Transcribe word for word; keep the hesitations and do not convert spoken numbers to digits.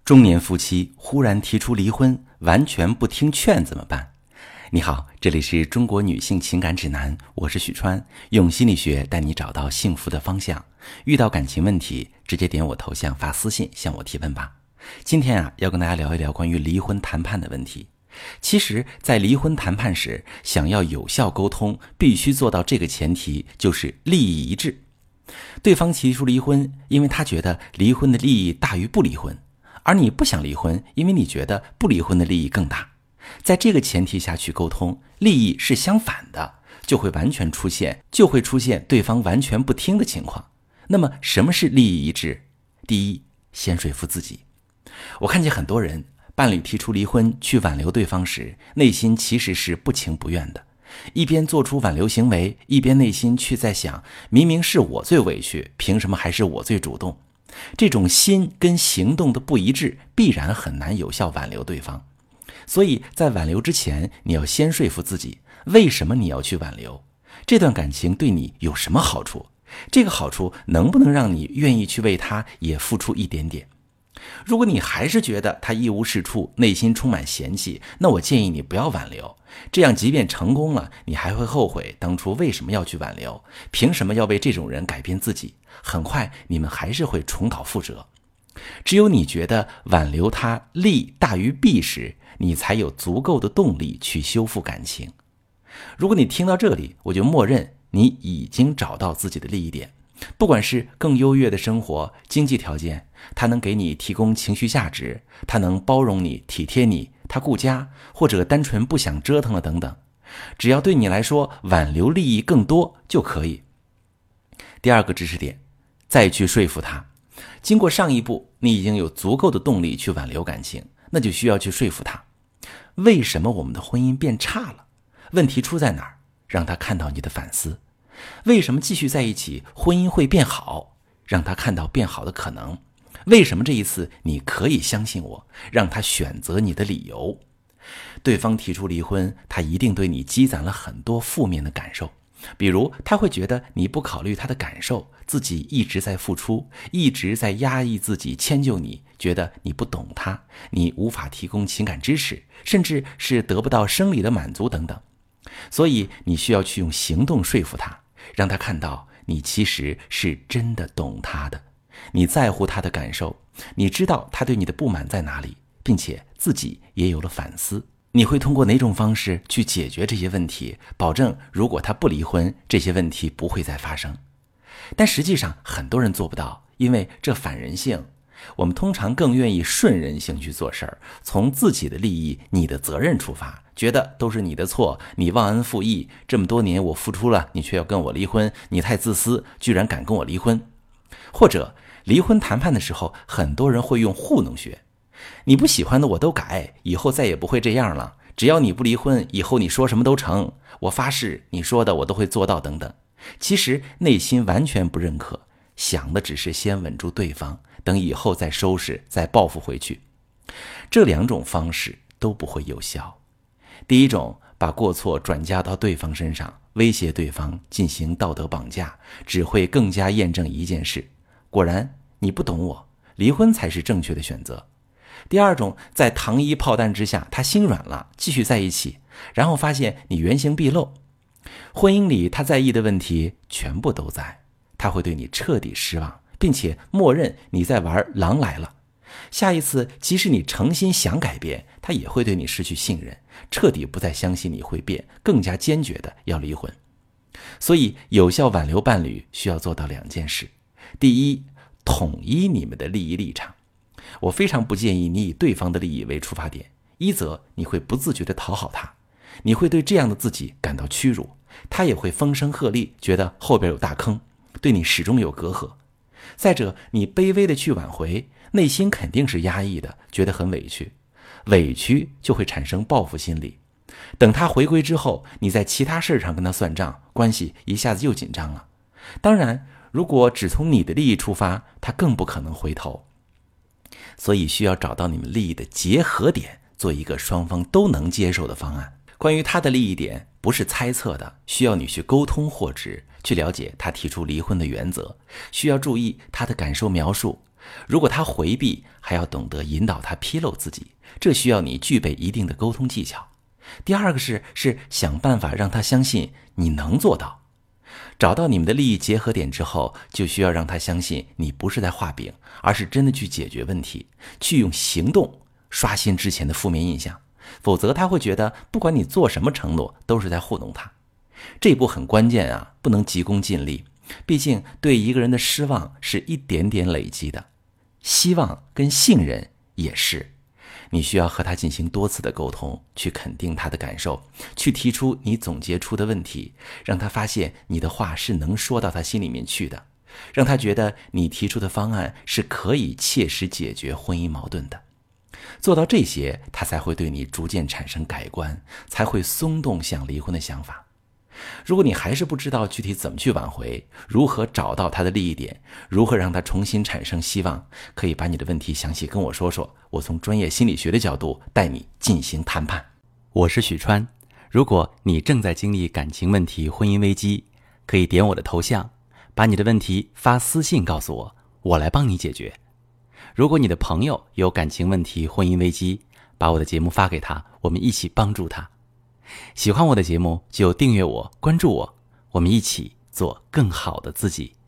中年夫妻忽然提出离婚，完全不听劝怎么办？你好，这里是中国女性情感指南，我是许川，用心理学带你找到幸福的方向。遇到感情问题，直接点我头像发私信向我提问吧。今天啊，要跟大家聊一聊关于离婚谈判的问题。其实在离婚谈判时，想要有效沟通，必须做到这个前提，就是利益一致。对方提出离婚，因为他觉得离婚的利益大于不离婚，而你不想离婚，因为你觉得不离婚的利益更大。在这个前提下去沟通，利益是相反的，就会完全出现就会出现对方完全不听的情况。那么什么是利益一致？第一，先说服自己。我看见很多人，伴侣提出离婚去挽留对方时，内心其实是不情不愿的，一边做出挽留行为，一边内心却在想，明明是我最委屈，凭什么还是我最主动？这种心跟行动的不一致，必然很难有效挽留对方。所以在挽留之前，你要先说服自己，为什么你要去挽留？这段感情对你有什么好处？这个好处能不能让你愿意去为他也付出一点点？如果你还是觉得他一无是处，内心充满嫌弃，那我建议你不要挽留。这样即便成功了，你还会后悔当初为什么要去挽留，凭什么要为这种人改变自己？很快你们还是会重蹈覆辙。只有你觉得挽留他利大于弊时，你才有足够的动力去修复感情。如果你听到这里，我就默认你已经找到自己的利益点，不管是更优越的生活、经济条件，他能给你提供情绪价值，他能包容你、体贴你，他顾家，或者单纯不想折腾了等等，只要对你来说挽留利益更多就可以。第二个知识点，再去说服他。经过上一步，你已经有足够的动力去挽留感情，那就需要去说服他。为什么我们的婚姻变差了？问题出在哪儿？让他看到你的反思。为什么继续在一起婚姻会变好？让他看到变好的可能。为什么这一次你可以相信我？让他选择你的理由。对方提出离婚，他一定对你积攒了很多负面的感受，比如他会觉得你不考虑他的感受，自己一直在付出，一直在压抑自己，迁就你，觉得你不懂他，你无法提供情感支持，甚至是得不到生理的满足等等。所以你需要去用行动说服他，让他看到你其实是真的懂他的，你在乎他的感受，你知道他对你的不满在哪里，并且自己也有了反思。你会通过哪种方式去解决这些问题？保证如果他不离婚，这些问题不会再发生。但实际上很多人做不到，因为这反人性。我们通常更愿意顺人性去做事儿，从自己的利益、你的责任出发，觉得都是你的错，你忘恩负义，这么多年我付出了，你却要跟我离婚，你太自私，居然敢跟我离婚。或者离婚谈判的时候，很多人会用糊弄学，你不喜欢的我都改，以后再也不会这样了，只要你不离婚，以后你说什么都成，我发誓你说的我都会做到等等。其实内心完全不认可，想的只是先稳住对方，等以后再收拾，再报复回去。这两种方式都不会有效。第一种，把过错转嫁到对方身上，威胁对方，进行道德绑架，只会更加验证一件事，果然你不懂我，离婚才是正确的选择。第二种，在糖衣炮弹之下，他心软了，继续在一起，然后发现你原形毕露，婚姻里他在意的问题全部都在，他会对你彻底失望，并且默认你在玩狼来了。下一次即使你诚心想改变，他也会对你失去信任，彻底不再相信你会变，更加坚决的要离婚。所以有效挽留伴侣需要做到两件事。第一，统一你们的利益立场。我非常不建议你以对方的利益为出发点，一则你会不自觉地讨好他，你会对这样的自己感到屈辱，他也会风声鹤唳，觉得后边有大坑，对你始终有隔阂。再者，你卑微的去挽回，内心肯定是压抑的，觉得很委屈，委屈就会产生报复心理。等他回归之后，你在其他事上跟他算账，关系一下子又紧张了。当然，如果只从你的利益出发，他更不可能回头。所以需要找到你们利益的结合点，做一个双方都能接受的方案。关于他的利益点，不是猜测的，需要你去沟通获知，去了解他提出离婚的原则，需要注意他的感受描述， 如果他回避，还要懂得引导他披露自己，这需要你具备一定的沟通技巧。第二个是是想办法让他相信你能做到。找到你们的利益结合点之后，就需要让他相信你不是在画饼，而是真的去解决问题，去用行动刷新之前的负面印象。否则他会觉得不管你做什么承诺都是在糊弄他。这一步很关键啊，不能急功近利。毕竟对一个人的失望是一点点累积的，希望跟信任也是。你需要和他进行多次的沟通，去肯定他的感受，去提出你总结出的问题，让他发现你的话是能说到他心里面去的，让他觉得你提出的方案是可以切实解决婚姻矛盾的。做到这些，他才会对你逐渐产生改观，才会松动想离婚的想法。如果你还是不知道具体怎么去挽回，如何找到他的利益点，如何让他重新产生希望，可以把你的问题详细跟我说说，我从专业心理学的角度带你进行谈判。我是许川，如果你正在经历感情问题、婚姻危机，可以点我的头像，把你的问题发私信告诉我，我来帮你解决。如果你的朋友有感情问题、婚姻危机，把我的节目发给他，我们一起帮助他。喜欢我的节目就订阅我、关注我，我们一起做更好的自己。